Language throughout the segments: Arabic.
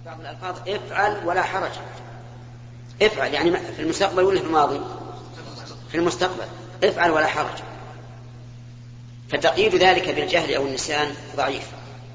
بعض الألفاظ افعل ولا حرج. افعل يعني في المستقبل ولا في الماضي؟ في المستقبل. افعل ولا حرج. فتقييد ذلك بالجهل أو النسيان ضعيف،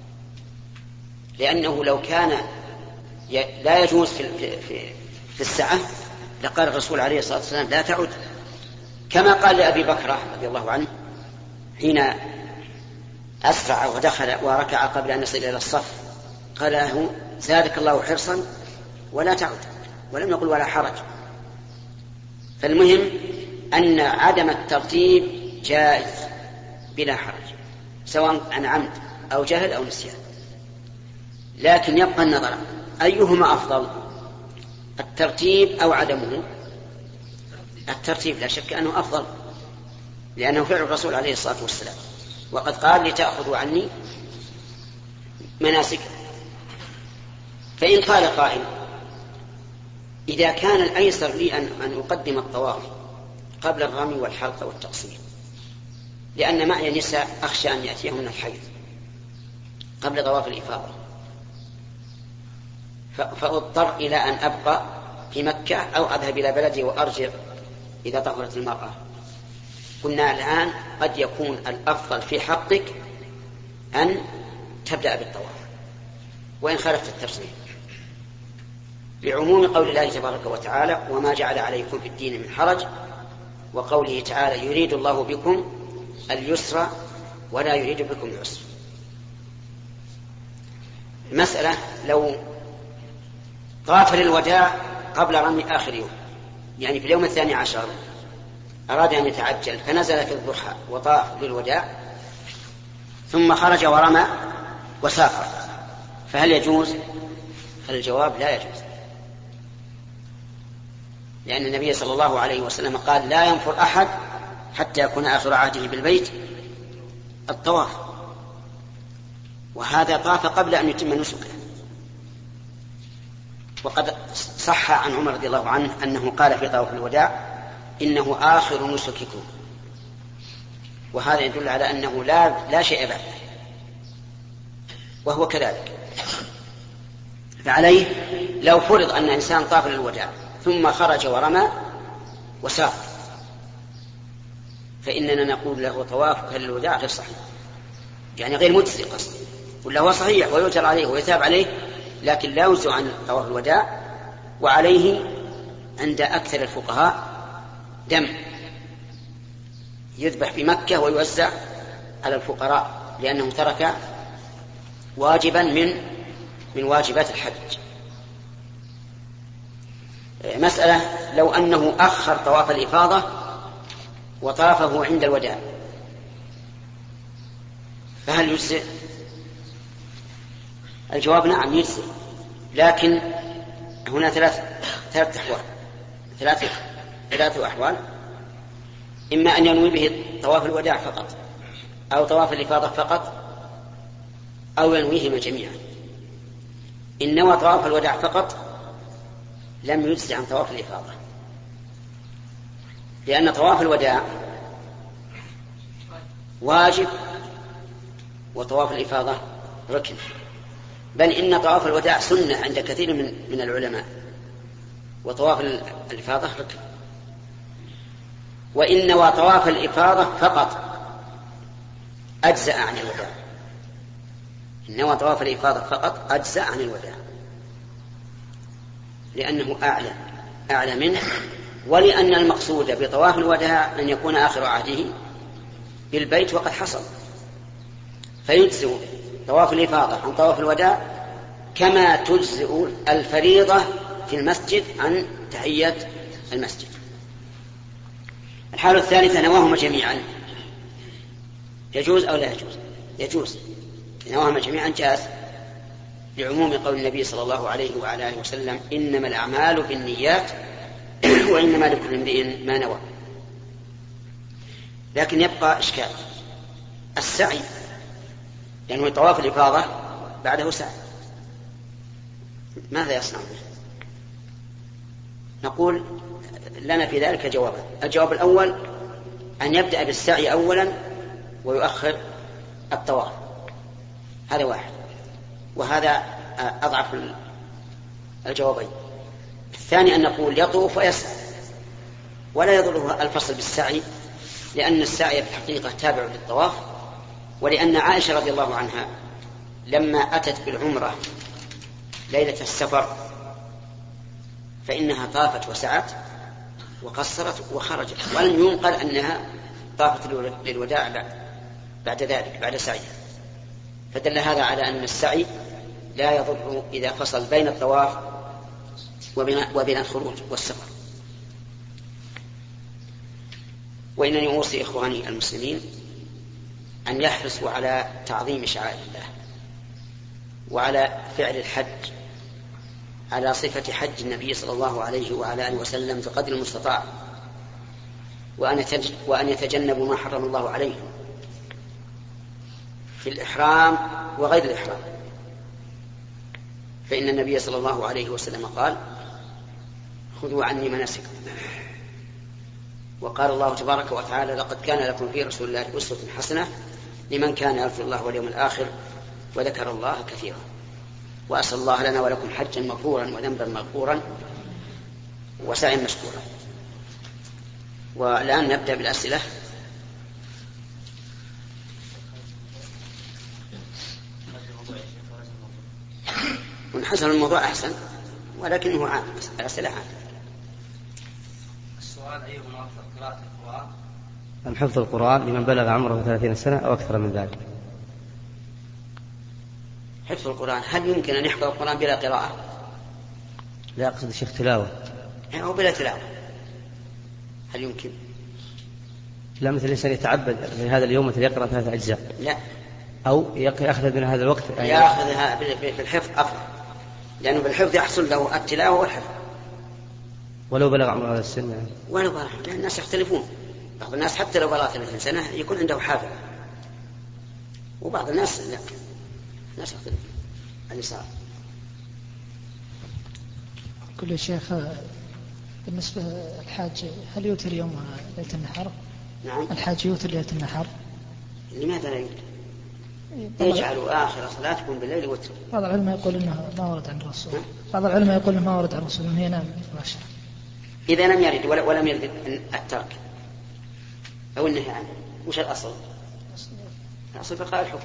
لأنه لو كان لا يجوز في السعة لقال الرسول عليه الصلاة والسلام لا تعد، كما قال لأبي بكر رضي الله عنه حين أسرع ودخل وركع قبل أن يصل إلى الصف، قال له زادك الله حرصا ولا تعد، ولم يقل ولا حرج. فالمهم أن عدم الترتيب جائز بلا حرج، سواء عن عمد أو جهل أو نسيان. لكن يبقى النظر أيهما أفضل، الترتيب أو عدمه؟ الترتيب لا شك أنه أفضل، لأنه فعل الرسول عليه الصلاة والسلام، وقد قال لتأخذوا عني مناسك. فإن قال قائل إذا كان الأيسر لي أن أقدم الطواف قبل الرمي والحلق والتقصير، لأن معي نساء أخشى أن يأتيهن الحيض قبل طواف الإفاضة، فأضطر إلى أن أبقى في مكة أو أذهب إلى بلدي وأرجع إذا طهرت المرأة، قلنا الآن قد يكون الأفضل في حقك أن تبدأ بالطواف وإن خالفت الترتيب، لعموم قول الله تبارك وتعالى وما جعل عليكم في الدين من حرج، وقوله تعالى يريد الله بكم اليسر ولا يريد بكم العسر. مسألة لو طاف للوداع قبل رمي آخر يوم، يعني في اليوم 12 أراد أن يتعجل فنزل في الضحى وطاف للوداع ثم خرج ورمى وسافر، فهل يجوز؟ الجواب لا يجوز، لأن النبي صلى الله عليه وسلم قال لا ينفر أحد حتى يكون آخر عهده بالبيت الطواف، وهذا طاف قبل أن يتم نسكه. وقد صح عن عمر رضي الله عنه أنه قال في طواف الوداع إنه آخر نسككم، وهذا يدل على أنه لا شيء بعده، وهو كذلك. فعليه لو فرض أن إنسان طاف للوداع ثم خرج ورمى وسافر، فإننا نقول له طوافك للوداع غير صحيح، يعني غير مجزي قصد، ولا هو صحيح ويؤجر عليه ويثاب عليه، لكن لا يجزئ عن طواف الوداع. وعليه عند أكثر الفقهاء دم يذبح في مكة ويوزع على الفقراء، لأنه ترك واجبا من واجبات الحج. مسألة لو أنه أخر طواف الإفاضة وطافه عند الوداع فهل يجزئ؟ الجواب نعم يجزئ، لكن هنا ثلاث أحوال: إما أن ينوي به طواف الوداع فقط أو طواف الإفاضة فقط أو ينويهما جميعا. إن نوى طواف الوداع فقط لم يجزي عن طواف الإفاضة، لأن طواف الوداع واجب وطواف الإفاضة ركن، بل إن طواف الوداع سنة عند كثير من العلماء، وطواف الإفاضة ركن. وإن نوى طواف الإفاضة فقط أجزأ عن الوداع، إن نوى طواف الإفاضة فقط أجزأ عن الوداع، لأنه أعلى منه، ولأن المقصود بطواف الوداع أن يكون آخر عهده بالبيت وقد حصل، فيجزئ طواف الإفاضة عن طواف الوداع كما تجزئ الفريضة في المسجد عن تحية المسجد. الحالة الثالثة نواهما جميعا، يجوز أو لا يجوز؟ يجوز، نواهما جميعا جاز، لعموم قول النبي صلى الله عليه وعلى آله وسلم إنما الأعمال بالنيات وإنما لكل امرئ ما نوى. لكن يبقى إشكال السعي، لأنه طواف الإفاضة بعده سعي، ماذا يصنع به؟ نقول لنا في ذلك جوابان: الجواب الأول أن يبدأ بالسعي أولا ويؤخر الطواف، هذا واحد، وهذا أضعف الجوابين. الثاني أن نقول يطوف ويسعى، ولا يضره الفصل بالسعي، لأن السعي في الحقيقة تابع للطواف، ولأن عائشة رضي الله عنها لما أتت بالعمرة ليلة السفر فإنها طافت وسعت وقصرت وخرجت، ولم ينقل أنها طافت للوداع بعد ذلك بعد سعيها. فدل هذا على أن السعي لا يضر إذا فصل بين الطواف وبين الخروج والسفر. وإنني أوصي إخواني المسلمين أن يحرصوا على تعظيم شعائر الله وعلى فعل الحج على صفة حج النبي صلى الله عليه وعلى آله وسلم بقدر المستطاع، وأن يتجنبوا ما حرم الله عليهم في الإحرام وغير الإحرام. فإن النبي صلى الله عليه وسلم قال: خذوا عني مناسككم. وقال الله تبارك وتعالى: لقد كان لكم في رسول الله أسوة حسنة لمن كان يرجو الله واليوم الآخر وذكر الله كثيرا. وأسأل الله لنا ولكم حجا مغفورا وذنبا مغفورا وسعيا مشكورا. والآن نبدأ بالأسئلة. ونحسن الموضوع أحسن، ولكنه عام، الأسئلة عام. السؤال: أيهما أفضل، قراءة القرآن أم حفظ القرآن لمن بلغ عمره 30 سنة أو أكثر من ذلك؟ حفظ القرآن. هل يمكن أن يحفظ القرآن بلا قراءة؟ لا أقصد الشيخ تلاوة. أو بلا تلاوة هل يمكن؟ لا، مثل الإنسان يتعبد في هذا اليوم مثل يقرأ 3 أجزاء. لا، أو يأخذ من هذا الوقت يأخذها بالحفظ أفضل، لأنه بالحفظ يحصل له التلاوة والحفظ ولو بلغ عمره هذا السن يعني. ولو بلغ، لأن الناس يختلفون. بعض الناس حتى لو بلغ 30 سنة يكون عنده حافظ، وبعض الناس لا، الناس يختلفون. اليسار. كل شيخ، بالنسبة للحاج هل يوتر يوم ليلة النحر؟ نعم. الحاج يوتر ليلة النحر؟ لماذا لا يوتر؟ يجعلوا آخر صلاتكم بالليل وتر. بعض العلماء يقول إنه ما ورد عن الرسول. بعض العلماء يقول إنه ما ورد عن الرسول إنه ينام مباشرة. إذا لم يرد ولم يرد الترك أو النهي عنه، وش الأصل؟ الأصل بقاء الحكم،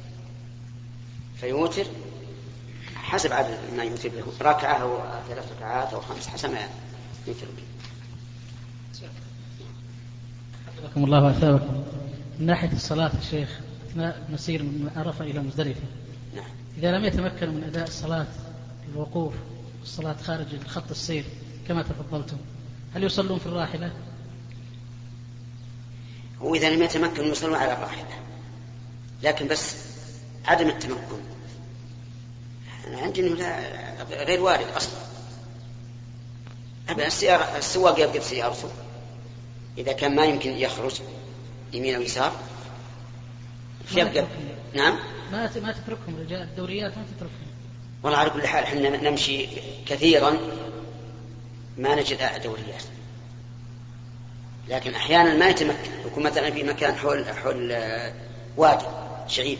فيوتر حسب عدد ما يوتر به، ركعة أو 3 ركعات أو 5 حسب ما يوتر به. حفظكم الله وأثابكم. من ناحية الصلاة يا شيخ، أثناء المسير من عرفة إلى مزدلفة، نعم، إذا لم يتمكنوا من أداء الصلاة الوقوف والصلاة خارج خط السير كما تفضلتم، هل يصلون في الراحلة؟ وإذا لم يتمكنوا يصلون على الراحلة، لكن بس عدم التمكن أنا عندي إنه غير وارد أصلا. السواق يبقى بسيارته إذا كان ما يمكن يخرج يمين أو يسار يبقى. نعم، ما تتركهم رجال الدوريات، ما تتركهم. والله على كل حال احنا نمشي كثيرا ما نجد دوريات، لكن أحيانا ما يتمكن، يكون مثلا في مكان حول وادي شعيب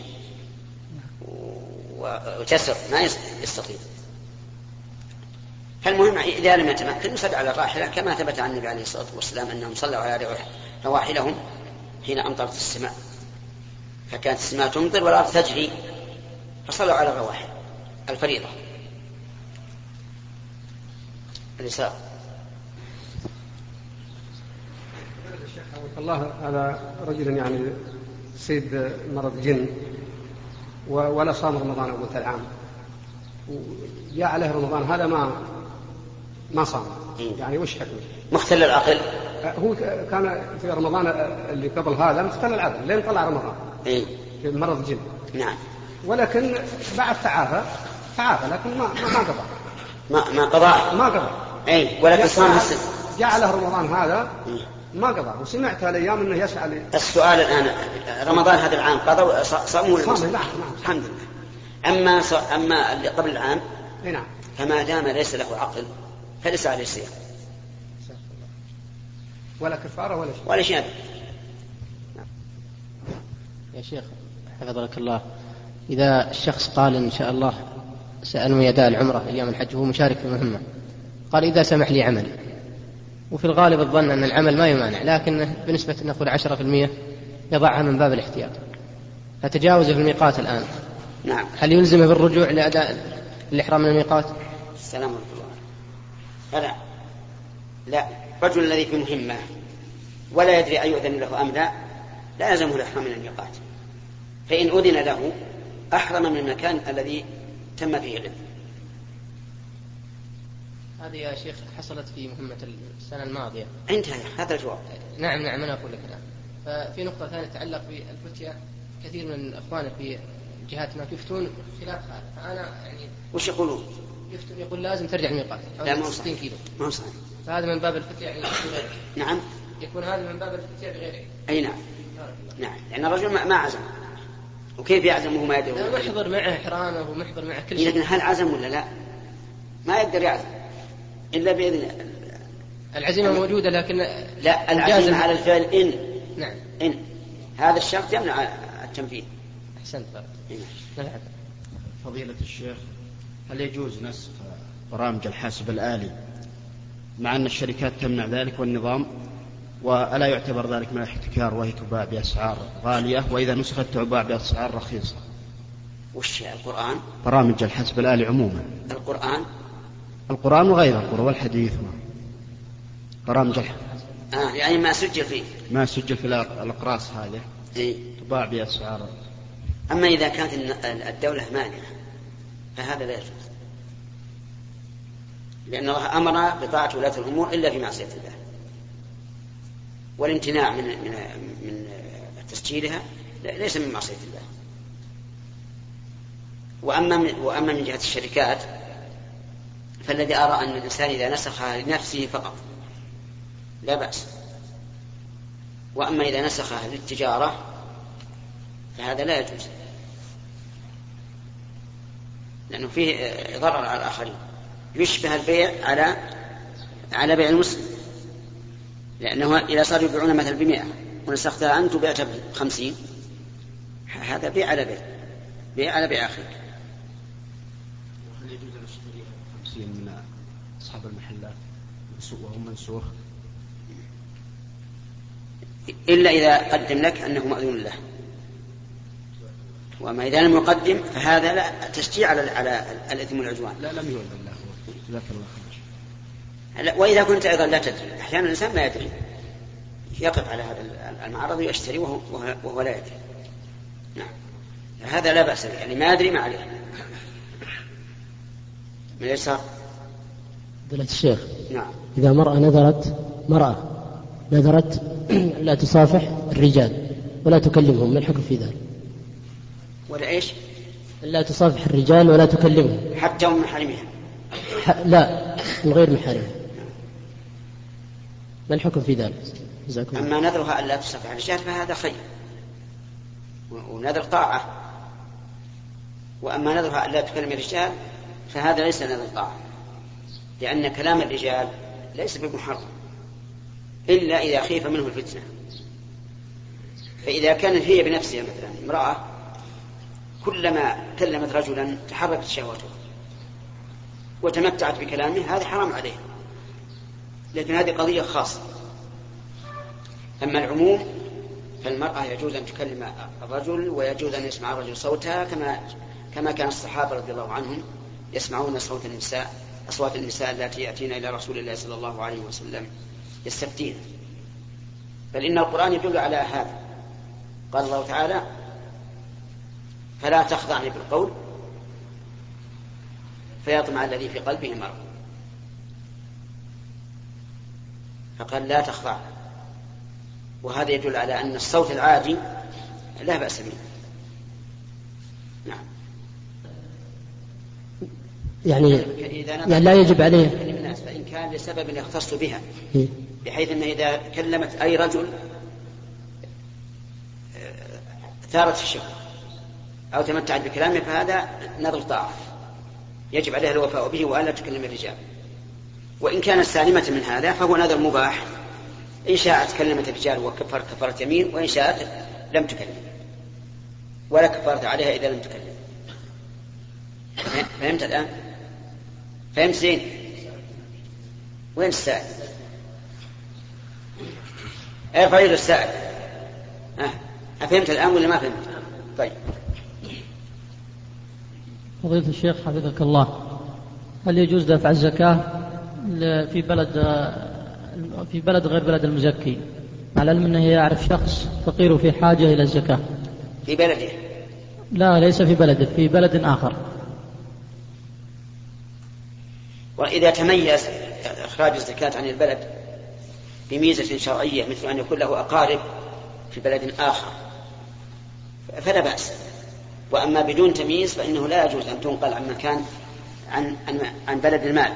وجسر ما يستطيع. فالمهم إذا لم يتمكن يصلي على الراحلة، كما ثبت عن النبي عليه الصلاة والسلام أنهم صلوا على رواحلهم حين أمطرت السماء، فكانت السماء تمطر والأرض تجري فصلوا على الرواحل الفريضة. اليسار. الله على رجل يعني سيد مرض جن ولا صام رمضان أول العام، وجاء عليه رمضان هذا ما صام، يعني وش حكمه؟ مختل العقل. هو كان في رمضان اللي قبل هذا مختل العقل لين طلع رمضان. في مرض جن. نعم. ولكن بعد تعافى لكن ما قضى. ما قضى. ولكن صام السنة. جاء عليه رمضان هذا ما قضى، وسمعت هالايام انه يسعى. السؤال الان رمضان هذا العام قضوا صاموا؟ نعم. الحمد لله. اما اللي قبل العام نعم، فما دام ليس له عقل فليس عليه صيام ولا كفاره ولا شيء. يا شيخ حفظك الله، إذا الشخص قال إن شاء الله سألني أداء العمرة أيام الحج وهو مشارك في المهمة، قال إذا سمح لي عملي، وفي الغالب الظن أن العمل ما يمانع، لكن بنسبة نقول 10% يضعها من باب الاحتياط، فتجاوز في الميقات الآن. نعم. هل يلزمه بالرجوع لأداء الإحرام من الميقات؟ السلام عليكم. هذا لا، الرجل الذي في مهمة ولا يدري أيؤذن له أم لا، لا يلزمه الإحرام من الميقات، فإن أذن له أحرم من المكان الذي تم فيه الإذن. هذه يا شيخ حصلت في مهمة السنة الماضية. انتهى هذا الجواب. نعم أنا أقول لك الآن. ففي نقطة ثانية تتعلق بالفتية، كثير من أخواننا في جهاتنا يفتون خلاف هذا، فأنا يعني وش يقولون؟ يقول لازم ترجع الميقات. لا مو 60 كيلو. ما هو صحيح. فهذا من باب الفتية يعني بغيره. نعم. يكون هذا من باب الفتية بغيره. أي نعم. نعم، لأن الرجل ما عزم، وكيف يعزم وهو ما يدري؟ لا، محضر معه إحرامه ومحضر معه كل شيء. لكن هل عزم ولا لا؟ ما يقدر يعزم إلا بإذن. العزيمة موجودة، لكن لا، العزيمة على الفعل إن. نعم. إن هذا الشرط يمنع التنفيذ. أحسنت. نعم. فضيلة الشيخ، هل يجوز نسخ برامج الحاسب الآلي مع أن الشركات تمنع ذلك والنظام، وألا يعتبر ذلك من الاحتكار وهي تباع بأسعار غالية، وإذا نسخت تباع بأسعار رخيصة؟ وش القرآن؟ برامج الحاسب الآلي عموما. القرآن وغير القرآن والحديث برامج يعني ما سجل فيه. ما سجل في الأقراص هذه. إيه؟ تباع بأسعار. أما إذا كانت الدولة مانعة فهذا لا يجوز، لأن الله أمر بطاعة ولاة الأمور إلا في معصية الله، والامتناع من تسجيلها ليس من معصية الله. وأما من جهة الشركات فالذي أرى أن الإنسان إذا نسخها لنفسه فقط لا بأس، وأما إذا نسخها للتجارة فهذا لا يجوز، لأنه فيه ضرر على الآخرين، يشبه البيع على بيع المسلم، لأنه إذا صار يبيعون مثل ب100 ونسختها أنت وبيعتها ب50، هذا بيع على بيع أخيك. هل يجوز أن أشتري 50 من أصحاب المحلات وهم منسوخ؟ إلا إذا قدم لك أنه مأذون له، وما إذا لم يقدم فهذا لا تشجيع على الإثم والعدوان. لا، لم يؤذن له. جزاك الله خير. وإذا كنت أيضا لا تدري، أحيانا الإنسان ما يدري، يقف على هذا المعرض ويشتري وهو لا يدري. نعم، هذا لا بأس، يعني ما يدري ما عليه. من اليسار. فضيلة الشيخ. نعم. إذا مرأة نذرت لا تصافح الرجال ولا تكلمهم، ما الحكم في ذلك؟ ولا إيش؟ لا تصافح الرجال ولا تكلمهم حتى من محارمها؟ لا، من غير محارمها، ما الحكم في ذلك؟ أما نذرها أن لا تصافح الرجال فهذا خير ونذر طاعة، وأما نذرها أن لا تكلم الرجال فهذا ليس نذر طاعة، لأن كلام الرجال ليس بمحرم إلا إذا خيف منه الفتنة. فإذا كانت هي بنفسها مثلا امرأة كلما كلمت رجلا تحركت شهوته وتمتعت بكلامه، هذا حرام عليه، لكن هذه قضية خاصة. أما العموم فالمرأة يجوز أن تكلم الرجل ويجوز أن يسمع الرجل صوتها، كما كان الصحابة رضي الله عنهم يسمعون أصوات النساء التي يأتين إلى رسول الله صلى الله عليه وسلم يستفتين. بل إن القرآن يدل على هذا، قال الله تعالى: فلا تخضعني بالقول فيطمع الذي في قلبه مرض، فقال لا تخضع، وهذا يدل على أن الصوت العادي لا بأس به. نعم. يعني لا يجب عليه الناس، فإن كان لسبب يختص بها، بحيث أن إذا كلمت أي رجل ثارت الشهوة أو تمتعت بكلامه فهذا نذر طاعة يجب عليها الوفاء به وألا تكلم الرجال. وإن كانت سالمة من هذا فهو نذر مباح، إن شاءت كلمت الرجال وكفرت كفارة يمين، وإن شاءت لم تكلم، ولا كفارة عليها إذا لم تكلم. فهمت الآن؟ فهمت زين؟ وين السائل؟ ارفع يد السائل. أفهمت الآن ولا ما فهمت؟ طيب. فضيلة الشيخ حفظك الله، هل يجوز دفع الزكاة في بلد غير بلد المزكي، على العلم أنه يعرف شخص فقير في حاجة إلى الزكاة في بلده؟ لا، ليس في بلده، في بلد آخر. وإذا تميز إخراج الزكاة عن البلد بميزة شرعية مثل أن يكون له أقارب في بلد آخر فلا بأس. وأما بدون تمييز فإنه لا يجوز أن تنقل عن مكان عن بلد المال،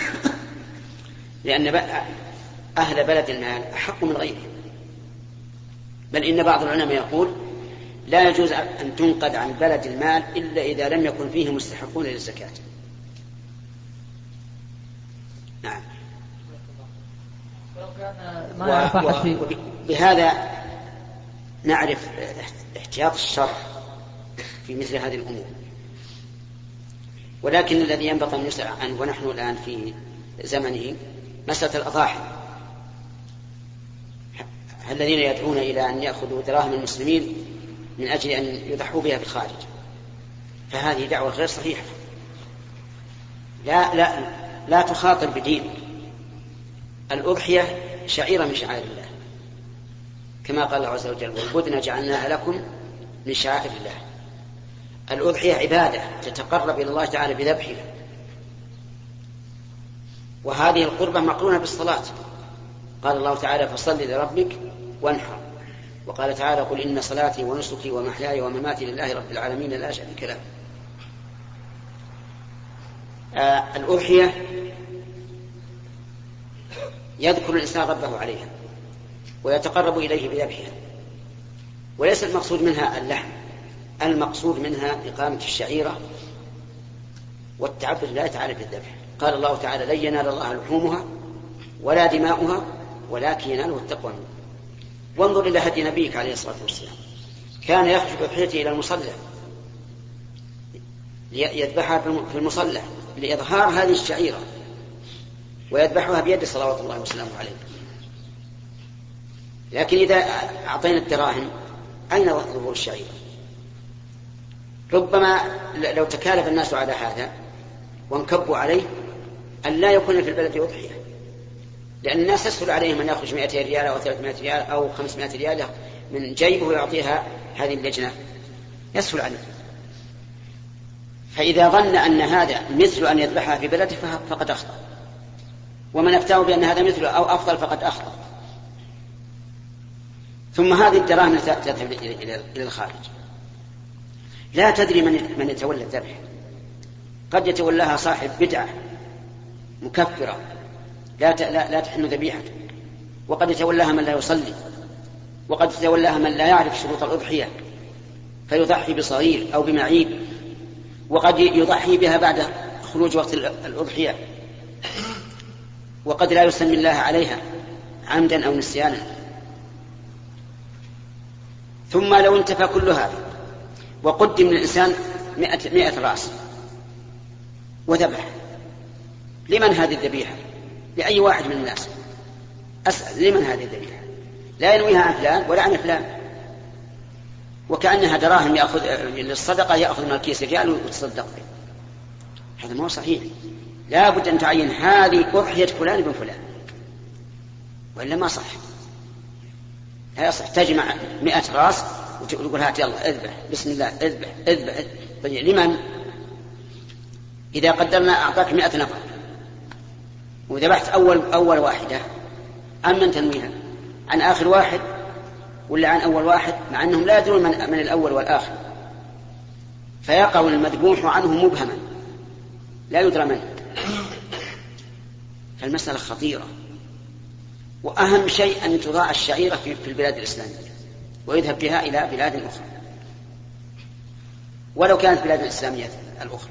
لأن أهل بلد المال أحق من غيره. بل إن بعض العلماء يقول لا يجوز أن تنقل عن بلد المال إلا إذا لم يكن فيه مستحقون للزكاة. نعم. وبهذا نعرف احتياط الشرع في مثل هذه الأمور. ولكن الذي ينبغي أن يسأل عنه ونحن الآن في زمنه مسألة الأضاحي. الذين يدعون إلى أن يأخذوا دراهم المسلمين من أجل أن يضحوا بها في الخارج، فهذه دعوة غير صحيحة. لا تخاطر بدين. الأضحية شعيرة من شعائر الله، كما قال الله عز وجل: والبدن جعلناها لكم من شعائر الله. الأضحية عبادة تتقرب إلى الله تعالى بذبحها، وهذه القربة مقرونة بالصلاة. قال الله تعالى: فصل لربك وانحر. وقال تعالى: قل إن صلاتي ونسكي ومحياي ومماتي لله رب العالمين لا شريك له. الأضحية يذكر الإنسان ربه عليها ويتقرب إليه بذبحها، وليس المقصود منها اللحم، المقصود منها إقامة الشعيرة والتعبد لله تعالى بالذبح. قال الله تعالى: لن ينال الله لحومها ولا دماؤها ولكن يناله التقوى منكم. وانظر إلى هدي نبيك عليه الصلاة والسلام، كان يخرج بضحيته إلى المصلى يذبحها في المصلى لإظهار هذه الشعيرة، ويذبحها بيد صلوات الله وسلامه عليه. لكن إذا أعطينا الدراهم أين ظهور الشعيرة؟ ربما لو تكالف الناس على هذا وانكبوا عليه أن لا يكون في البلد أضحية، لأن الناس يسهل عليهم أن يخرج 200 ريال أو 300 ريال أو 500 ريال من جيبه ويعطيها هذه اللجنة، يسهل عليه. فإذا ظن أن هذا مثل أن يذبحها في بلده فقد أخطأ، ومن أفتاه بأن هذا مثل أو أفضل فقد أخطأ. ثم هذه الدراهم تذهب إلى الخارج، لا تدري من يتولى الذبح. قد يتولاها صاحب بدعة مكفرة لا تحن ذبيحته، وقد يتولاها من لا يصلي، وقد يتولاها من لا يعرف شروط الأضحية فيضحي بصغير أو بمعيب، وقد يضحي بها بعد خروج وقت الأضحية، وقد لا يسمي الله عليها عمدا أو نسيانا. ثم لو انتفى كل هذا وقدم للإنسان 100 رأس وذبح، لمن هذه الذبيحة؟ لأي واحد من الناس. أسأل: لمن هذه الذبيحة؟ لا ينويها عن فلان ولا عن فلان، وكأنها دراهم يأخذ للصدقة، يأخذ من الكيس ريال ويتصدق به. هذا ما هو صحيح. لا بد أن تعين هذه أضحية فلان بن فلان، وإلا ما صح. لا يصح تجمع 100 رأس وتقول: هات يلا اذبح بسم الله، اذبح اذبح. طيب لمن؟ إذا قدرنا أعطاك 100 نفر وذبحت أول واحدة، عن من تنويها؟ عن آخر واحد ولا عن أول واحد؟ مع أنهم لا يدرون من الأول والآخر، فيقع المذبوح عنه مبهما لا يدرى منه. فالمسألة خطيرة، وأهم شيء أن تضاع الشعيرة في البلاد الإسلامية ويذهب بها إلى بلاد أخرى، ولو كانت بلاد الإسلامية الأخرى.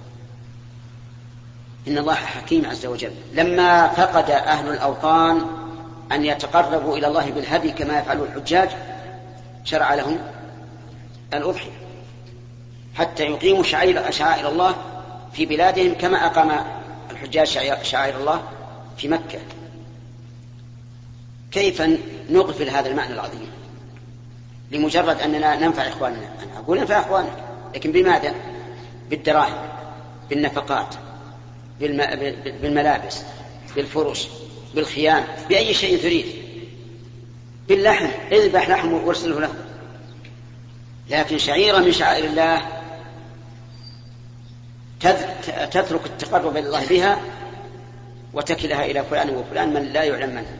إن الله حكيم عز وجل، لما فقد أهل الأوطان أن يتقربوا إلى الله بالهدي كما يفعل الحجاج شرع لهم الأضحية حتى يقيموا شعائر الله في بلادهم كما أقام الحجاج شعائر الله في مكة. كيف نغفل هذا المعنى العظيم لمجرد أننا ننفع إخواننا؟ أنا أقول ننفع إخوانك، لكن بماذا؟ بالدراهم، بالنفقات، بالملابس، بالفرش، بالخيام، بأي شيء تريد، باللحم، اذبح لحم وارسله له. لكن شعيرة من شعائر الله تترك التقرب إلى الله بها وتكلها إلى فلان وفلان من لا يعلم منها.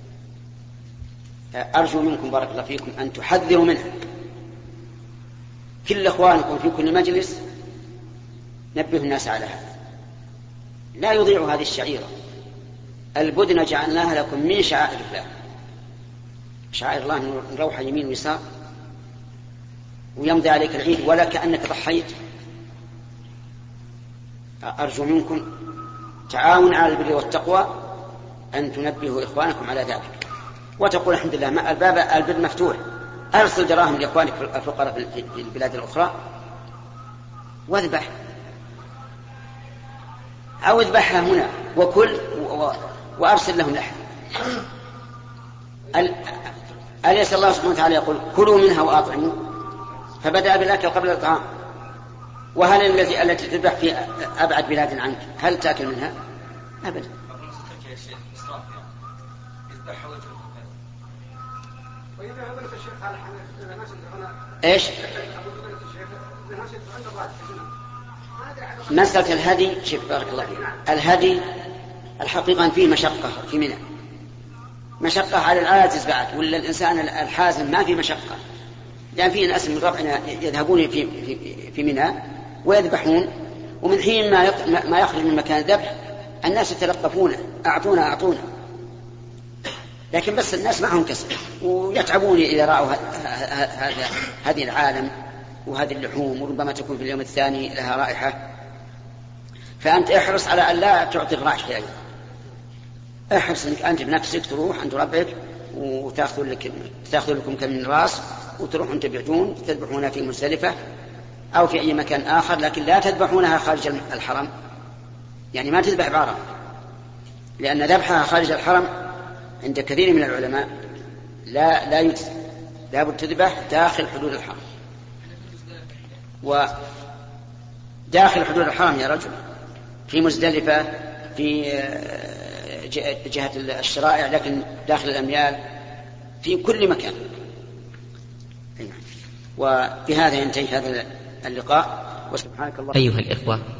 أرجو منكم بارك الله فيكم أن تحذروا منها. كل أخوانكم في كل مجلس نبهوا الناس على هذا، لا يضيعوا هذه الشعيرة. البدن جعلناها لكم من شعائر الله. شعائر الله نروح يمين ويسار ويمضي عليك العيد ولا كأنك ضحيت. أرجو منكم تعاون على البر والتقوى أن تنبهوا إخوانكم على ذلك، وتقول الحمد لله ما البر مفتوح، أرسل دراهم لإخوانك الفقراء في البلاد الأخرى واذبح، أو اذبحها هنا وكل وأرسل لهم لحم. أليس الله سبحانه وتعالى يقول كلوا منها وأطعموا؟ فبدأ بالأكل قبل الطعام. وهل التي تذبح في أبعد بلاد عنك هل تأكل منها؟ أبدا. إيش؟ مسألة الهدي، شوف بارك الله فيك، الهدي الحقيقة فيه مشقة في منى، مشقة على العاجز بعد، ولا الإنسان الحازم ما في مشقة، لأن في ناس من ربعنا يذهبون في منى ويذبحون، ومن حين ما يخرج من مكان الذبح الناس يتلقفون أعطونا، لكن بس الناس معهم كسب ويتعبون إذا رأوا هذه العالم وهذه اللحوم، وربما تكون في اليوم الثاني لها رائحة. فأنت احرص على أن لا تعطي الرائحة أيضا. احرص أنك أنت بنفسك تروح عند ربك وتأخذ لكم كم من راس وتروحون تبعدون تذبحونها في مزدلفة أو في أي مكان آخر، لكن لا تذبحونها خارج الحرم، يعني ما تذبح بعرة، لأن ذبحها خارج الحرم عند كثير من العلماء لا يجزي، لا بد تذبح داخل حدود الحرم. وداخل حدود الحرم يا رجل، في مزدلفة، في جهة الشرائع، لكن داخل الأميال، في كل مكان. وبهذا ينتهي هذا اللقاء، وسبحانك الله. أيها الإخوة،